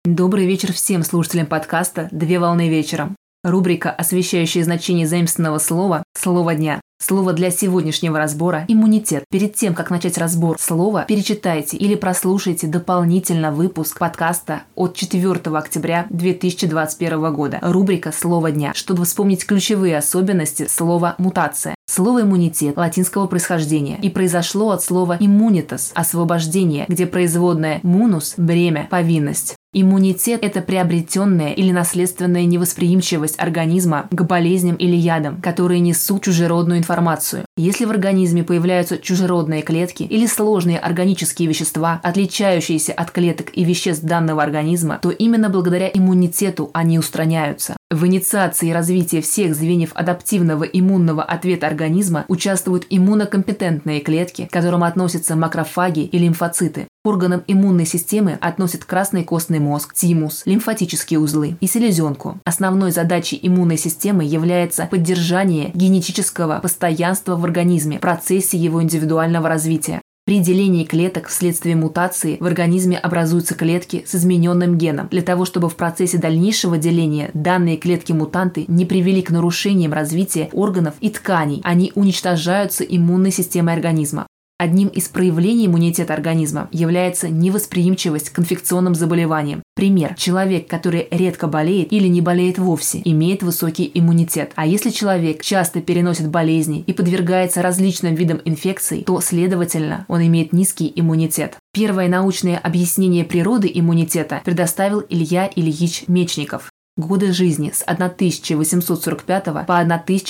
Добрый вечер всем слушателям подкаста «Две волны вечером». Рубрика, освещающая значение заимствованного слова «Слово дня». Слово для сегодняшнего разбора – иммунитет. Перед тем, как начать разбор слова, перечитайте или прослушайте дополнительно выпуск подкаста от 4 октября 2021 года. Рубрика «Слово дня», чтобы вспомнить ключевые особенности слова «мутация». Слово «иммунитет» латинского происхождения и произошло от слова «immunitas» – освобождение, где производная «munus» – бремя, повинность. Иммунитет – это приобретенная или наследственная невосприимчивость организма к болезням или ядам, которые несут чужеродную информацию. Если в организме появляются чужеродные клетки или сложные органические вещества, отличающиеся от клеток и веществ данного организма, то именно благодаря иммунитету они устраняются. В инициации и развитии всех звеньев адаптивного иммунного ответа организма участвуют иммунокомпетентные клетки, к которым относятся макрофаги и лимфоциты. К органам иммунной системы относят красный костный мозг, тимус, лимфатические узлы и селезенку. Основной задачей иммунной системы является поддержание генетического постоянства в организме в процессе его индивидуального развития. При делении клеток вследствие мутации в организме образуются клетки с измененным геном. Для того, чтобы в процессе дальнейшего деления данные клетки-мутанты не привели к нарушениям развития органов и тканей, они уничтожаются иммунной системой организма. Одним из проявлений иммунитета организма является невосприимчивость к инфекционным заболеваниям. Пример. Человек, который редко болеет или не болеет вовсе, имеет высокий иммунитет. А если человек часто переносит болезни и подвергается различным видам инфекций, то, следовательно, он имеет низкий иммунитет. Первое научное объяснение природы иммунитета предоставил Илья Ильич Мечников. Годы жизни с 1845 по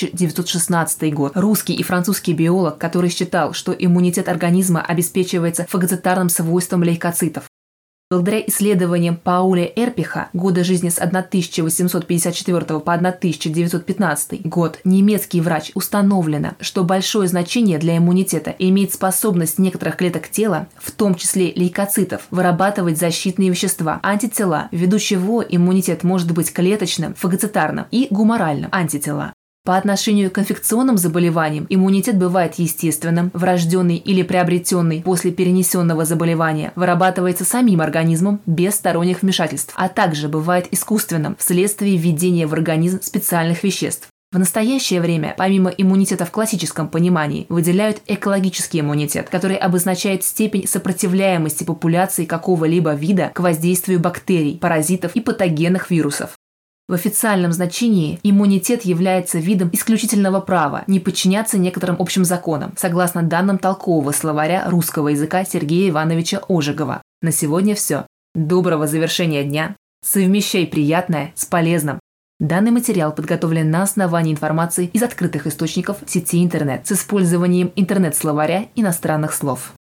1916 год. Русский и французский биолог, который считал, что иммунитет организма обеспечивается фагоцитарным свойством лейкоцитов. Благодаря исследованиям Пауля Эрпиха, годы жизни с 1854 по 1915 год, немецкий врач, установлено, что большое значение для иммунитета имеет способность некоторых клеток тела, в том числе лейкоцитов, вырабатывать защитные вещества, антитела, ввиду чего иммунитет может быть клеточным, фагоцитарным и гуморальным, антитела. По отношению к инфекционным заболеваниям иммунитет бывает естественным, врожденный или приобретенный после перенесенного заболевания, вырабатывается самим организмом без сторонних вмешательств, а также бывает искусственным вследствие введения в организм специальных веществ. В настоящее время, помимо иммунитета в классическом понимании, выделяют экологический иммунитет, который обозначает степень сопротивляемости популяции какого-либо вида к воздействию бактерий, паразитов и патогенных вирусов. В официальном значении иммунитет является видом исключительного права не подчиняться некоторым общим законам, согласно данным толкового словаря русского языка Сергея Ивановича Ожегова. На сегодня все. Доброго завершения дня. Совмещай приятное с полезным. Данный материал подготовлен на основании информации из открытых источников сети интернет с использованием интернет-словаря иностранных слов.